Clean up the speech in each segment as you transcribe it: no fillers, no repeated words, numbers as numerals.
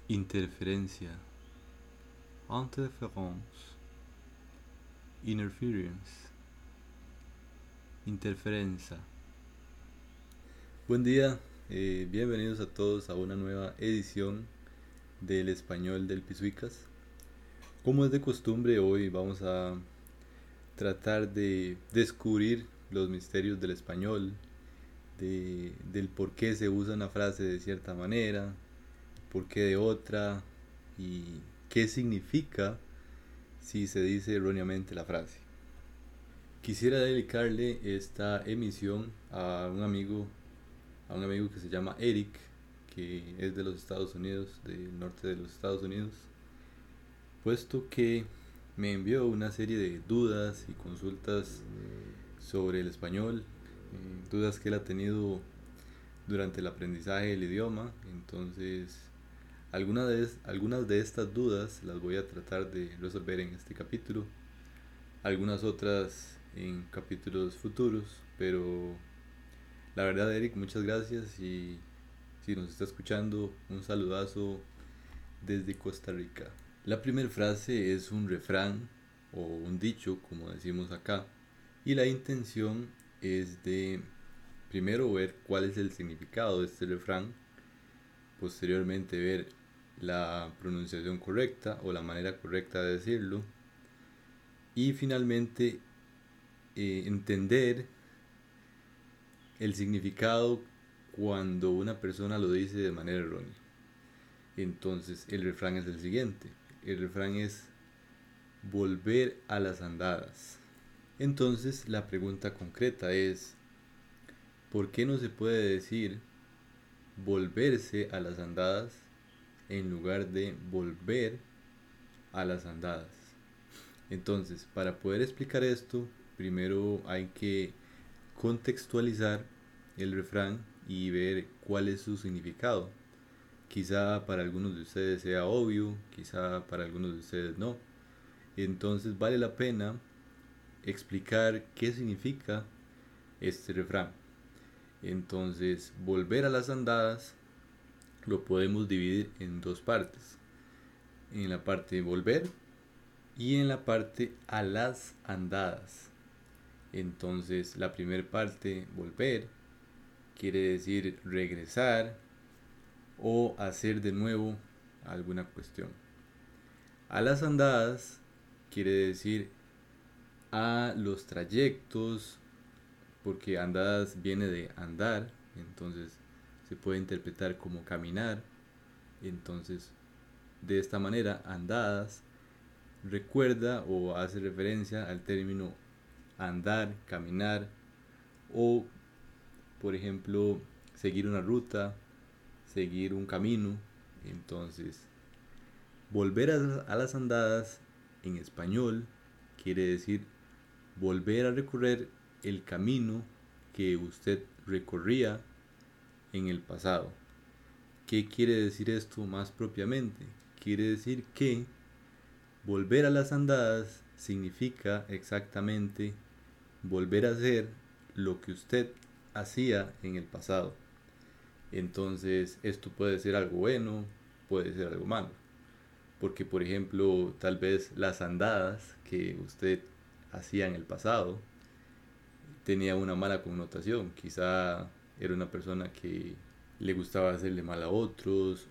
Interferencia, interference, interference, interferencia. Buen día, bienvenidos a todos a una nueva edición del español del Pisuicas. Como es de costumbre, hoy vamos a tratar de descubrir los misterios del español, del por qué se usa una frase de cierta manera, por qué de otra y qué significa si se dice erróneamente la frase. Quisiera dedicarle esta emisión a un amigo que se llama Eric, que es de los Estados Unidos, del norte de los Estados Unidos, puesto que me envió una serie de dudas y consultas sobre el español, dudas que él ha tenido durante el aprendizaje del idioma. Entonces, algunas de estas dudas las voy a tratar de resolver en este capítulo, algunas otras en capítulos futuros, pero la verdad, Eric, muchas gracias, y si nos está escuchando, un saludazo desde Costa Rica. La primera frase es un refrán o un dicho, como decimos acá, y la intención es de primero ver cuál es el significado de este refrán, posteriormente ver la pronunciación correcta o la manera correcta de decirlo, y finalmente entender el significado cuando una persona lo dice de manera errónea. Entonces el refrán es el siguiente. El refrán es volver a las andadas. Entonces la pregunta concreta es, ¿por qué no se puede decir volverse a las andadas en lugar de volver a las andadas? Entonces, para poder explicar esto, primero hay que contextualizar el refrán y ver cuál es su significado. Quizá para algunos de ustedes sea obvio, quizá para algunos de ustedes no. Entonces vale la pena explicar qué significa este refrán. Entonces, volver a las andadas lo podemos dividir en dos partes. En la parte de volver y en la parte a las andadas. Entonces, la primera parte, volver, quiere decir regresar o hacer de nuevo alguna cuestión. A las andadas quiere decir a los trayectos, porque andadas viene de andar, entonces se puede interpretar como caminar. Entonces, de esta manera, andadas recuerda o hace referencia al término andar, caminar, o por ejemplo seguir una ruta, seguir un camino. Entonces, volver a las andadas en español quiere decir volver a recorrer el camino que usted recorría en el pasado. ¿Qué quiere decir esto más propiamente? Quiere decir que volver a las andadas significa exactamente volver a hacer lo que usted hacía en el pasado. Entonces, esto puede ser algo bueno, puede ser algo malo. Porque, por ejemplo, tal vez las andadas que usted hacía en el pasado tenía una mala connotación. Quizá era una persona que le gustaba hacerle mal a otros,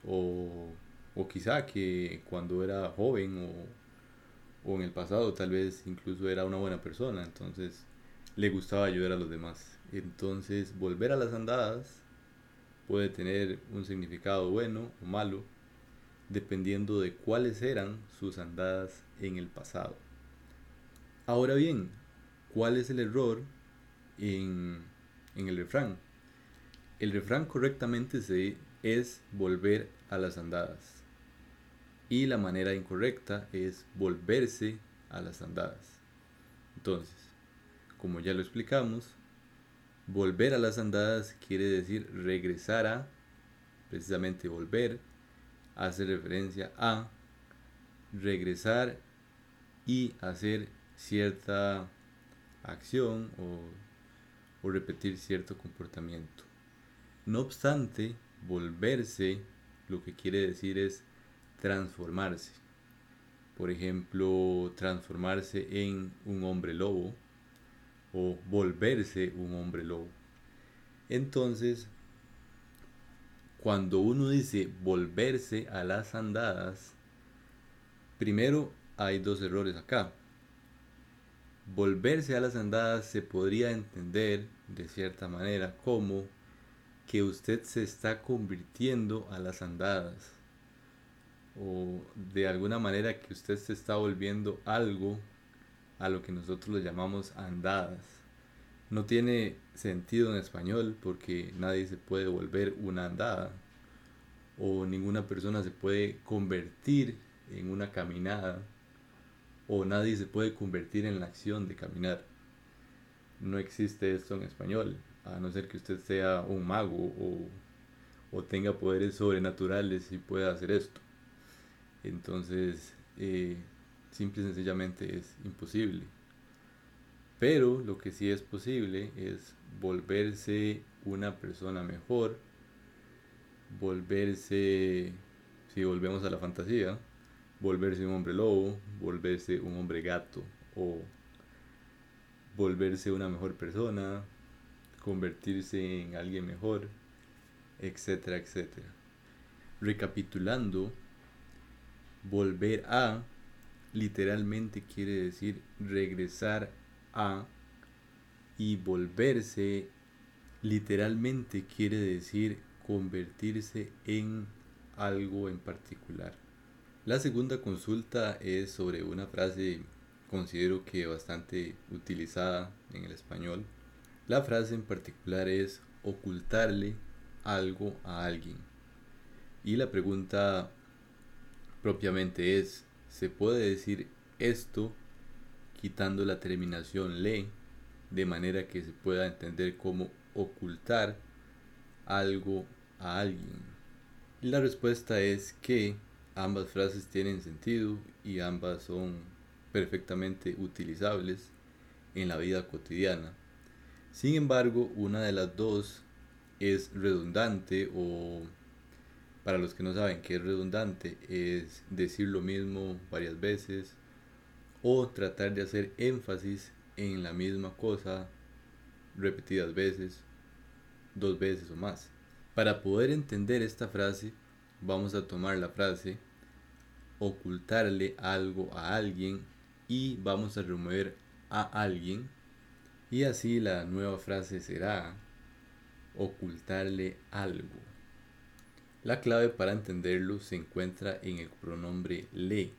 o quizá que cuando era joven o en el pasado tal vez incluso era una buena persona, entonces le gustaba ayudar a los demás. Entonces, volver a las andadas puede tener un significado bueno o malo, dependiendo de cuáles eran sus andadas en el pasado. Ahora bien, ¿cuál es el error en, en el refrán? El refrán correctamente es volver a las andadas, y la manera incorrecta es volverse a las andadas. Entonces, como ya lo explicamos, volver a las andadas quiere decir regresar a, precisamente volver, hace referencia a regresar y hacer cierta acción o repetir cierto comportamiento. No obstante, volverse lo que quiere decir es transformarse. Por ejemplo, transformarse en un hombre lobo o volverse un hombre lobo. Entonces, cuando uno dice volverse a las andadas, primero hay dos errores acá. Volverse a las andadas se podría entender de cierta manera como que usted se está convirtiendo a las andadas, o de alguna manera que usted se está volviendo algo a lo que nosotros le llamamos andadas. No tiene sentido en español porque nadie se puede volver una andada o ninguna persona se puede convertir en una caminada o nadie se puede convertir en la acción de caminar. No existe esto en español, a no ser que usted sea un mago o tenga poderes sobrenaturales y pueda hacer esto. Entonces, simple y sencillamente es imposible. Pero lo que sí es posible es volverse una persona mejor, volverse, si volvemos a la fantasía, volverse un hombre lobo, volverse un hombre gato o volverse una mejor persona, convertirse en alguien mejor, etcétera, etcétera. Recapitulando, volver a literalmente quiere decir regresar a, y volverse literalmente quiere decir convertirse en algo en particular. La segunda consulta es sobre una frase considero que bastante utilizada en el español. La frase en particular es ocultarle algo a alguien. Y la pregunta propiamente es, ¿se puede decir esto quitando la terminación le, de manera que se pueda entender como ocultar algo a alguien? Y la respuesta es que ambas frases tienen sentido y ambas son perfectamente utilizables en la vida cotidiana. Sin embargo, una de las dos es redundante, o para los que no saben qué es redundante, es decir lo mismo varias veces o tratar de hacer énfasis en la misma cosa repetidas veces, dos veces o más. Para poder entender esta frase, vamos a tomar la frase ocultarle algo a alguien y vamos a remover a alguien, y así la nueva frase será ocultarle algo. La clave para entenderlo se encuentra en el pronombre le,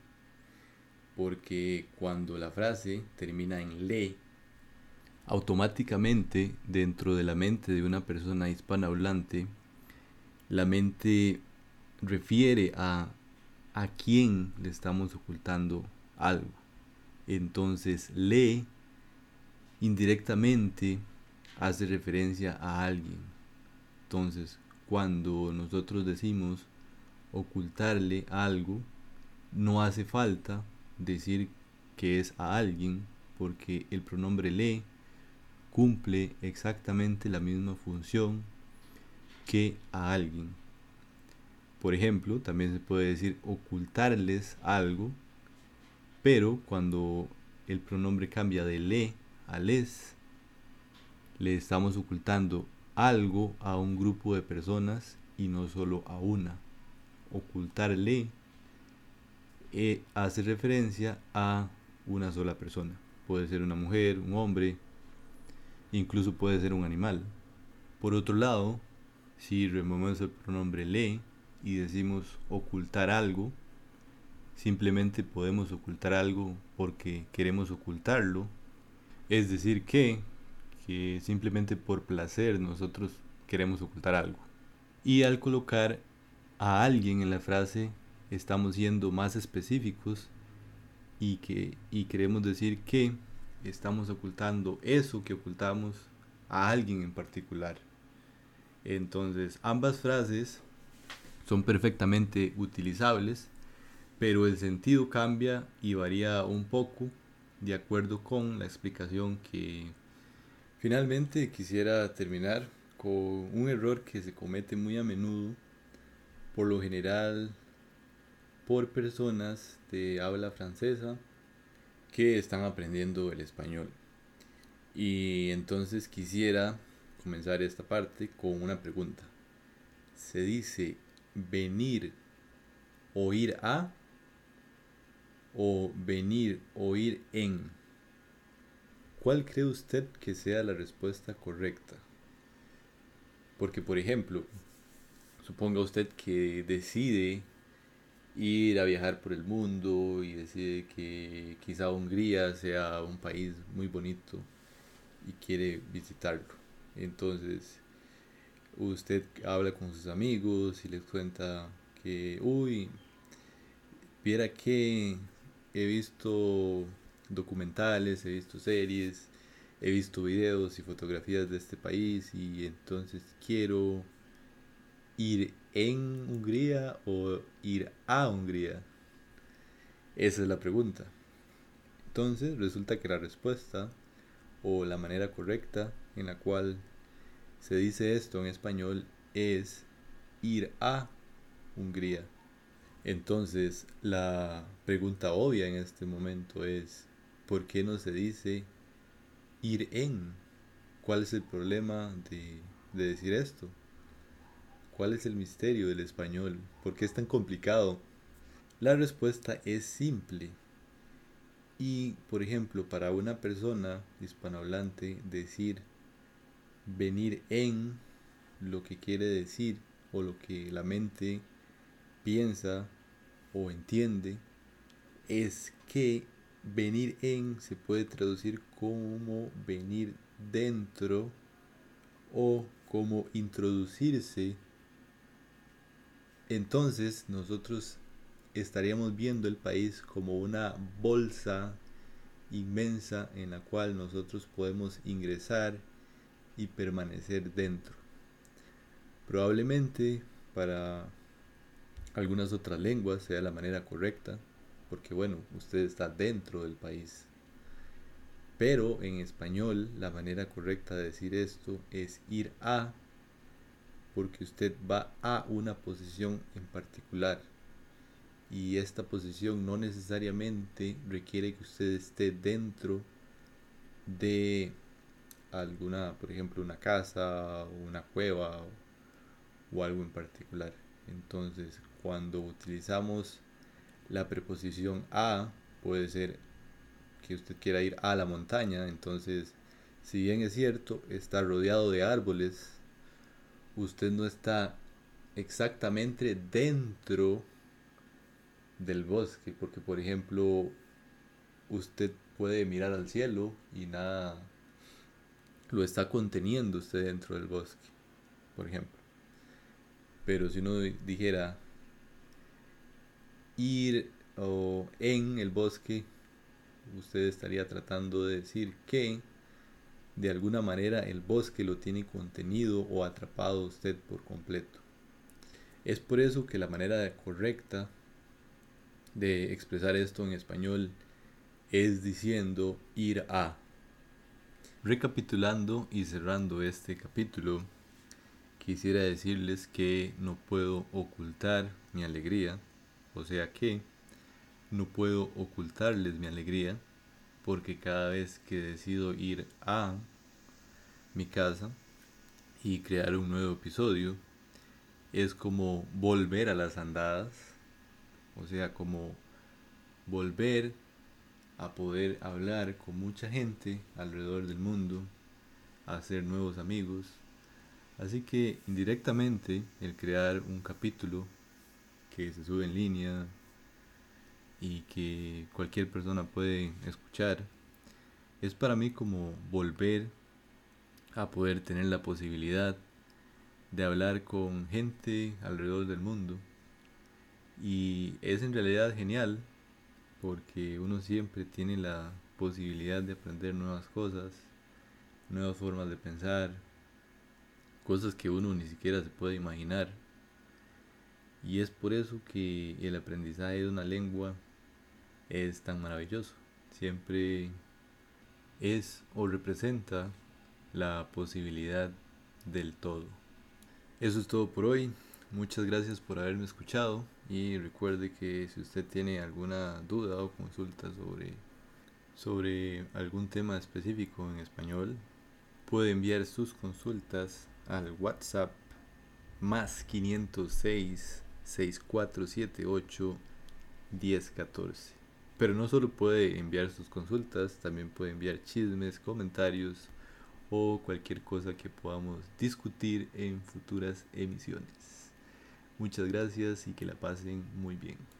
porque cuando la frase termina en le, automáticamente dentro de la mente de una persona hispanohablante, la mente refiere a quién le estamos ocultando algo. Entonces le indirectamente hace referencia a alguien. Entonces cuando nosotros decimos ocultarle algo, no hace falta decir que es a alguien, porque el pronombre le cumple exactamente la misma función que a alguien. Por ejemplo, también se puede decir ocultarles algo, pero cuando el pronombre cambia de le a les, le estamos ocultando algo a un grupo de personas y no solo a una. Ocultarle hace referencia a una sola persona. Puede ser una mujer, un hombre, incluso puede ser un animal. Por otro lado, si removemos el pronombre le y decimos ocultar algo, simplemente podemos ocultar algo porque queremos ocultarlo. Es decir que simplemente por placer nosotros queremos ocultar algo. Y al colocar a alguien en la frase estamos siendo más específicos y queremos decir que estamos ocultando eso que ocultamos a alguien en particular. Entonces ambas frases son perfectamente utilizables, pero el sentido cambia y varía un poco de acuerdo con la explicación que finalmente quisiera terminar con un error que se comete muy a menudo, por lo general por personas de habla francesa que están aprendiendo el español. Y entonces quisiera comenzar esta parte con una pregunta. ¿Se dice venir o ir a o venir o ir en? ¿Cuál cree usted que sea la respuesta correcta? Porque, por ejemplo, suponga usted que decide ir a viajar por el mundo y decide que quizá Hungría sea un país muy bonito y quiere visitarlo. Entonces, usted habla con sus amigos y les cuenta que, uy, viera que he visto documentales, he visto series, he visto videos y fotografías de este país y entonces quiero ir en Hungría o ir a Hungría. Esa es la pregunta. Entonces resulta que la respuesta o la manera correcta en la cual se dice esto en español es ir a Hungría. Entonces la pregunta obvia en este momento es ¿por qué no se dice ir en? ¿Cuál es el problema de decir esto? ¿Cuál es el misterio del español? ¿Por qué es tan complicado? La respuesta es simple. Y, por ejemplo, para una persona hispanohablante, decir venir en lo que quiere decir o lo que la mente piensa o entiende es que venir en se puede traducir como venir dentro o como introducirse. Entonces nosotros estaríamos viendo el país como una bolsa inmensa en la cual nosotros podemos ingresar y permanecer dentro. Probablemente para algunas otras lenguas sea la manera correcta, porque bueno, usted está dentro del país. Pero en español la manera correcta de decir esto es ir a, porque usted va a una posición en particular. Y esta posición no necesariamente requiere que usted esté dentro de alguna, por ejemplo, una casa, o una cueva o algo en particular. Entonces, cuando utilizamos la preposición a, puede ser que usted quiera ir a la montaña. Entonces, si bien es cierto, está rodeado de árboles, usted no está exactamente dentro del bosque, porque por ejemplo, usted puede mirar al cielo y nada lo está conteniendo usted dentro del bosque, por ejemplo. Pero si uno dijera ir o en el bosque, usted estaría tratando de decir que de alguna manera el bosque lo tiene contenido o atrapado usted por completo. Es por eso que la manera correcta de expresar esto en español es diciendo ir a. Recapitulando y cerrando este capítulo, quisiera decirles que no puedo ocultar mi alegría, o sea que no puedo ocultarles mi alegría, porque cada vez que decido ir a mi casa y crear un nuevo episodio, es como volver a las andadas, o sea, como volver a poder hablar con mucha gente alrededor del mundo, a hacer nuevos amigos. Así que indirectamente el crear un capítulo que se sube en línea y que cualquier persona puede escuchar, es para mí como volver a poder tener la posibilidad de hablar con gente alrededor del mundo. Y es en realidad genial porque uno siempre tiene la posibilidad de aprender nuevas cosas, nuevas formas de pensar, cosas que uno ni siquiera se puede imaginar. Y es por eso que el aprendizaje de una lengua es tan maravilloso. Siempre es o representa la posibilidad del todo. Eso es todo por hoy. Muchas gracias por haberme escuchado Y recuerde que si usted tiene alguna duda o consulta sobre algún tema específico en español, puede enviar sus consultas al WhatsApp más 506 6478 1014. Pero no solo puede enviar sus consultas, también puede enviar chismes, comentarios o cualquier cosa que podamos discutir en futuras emisiones. Muchas gracias y que la pasen muy bien.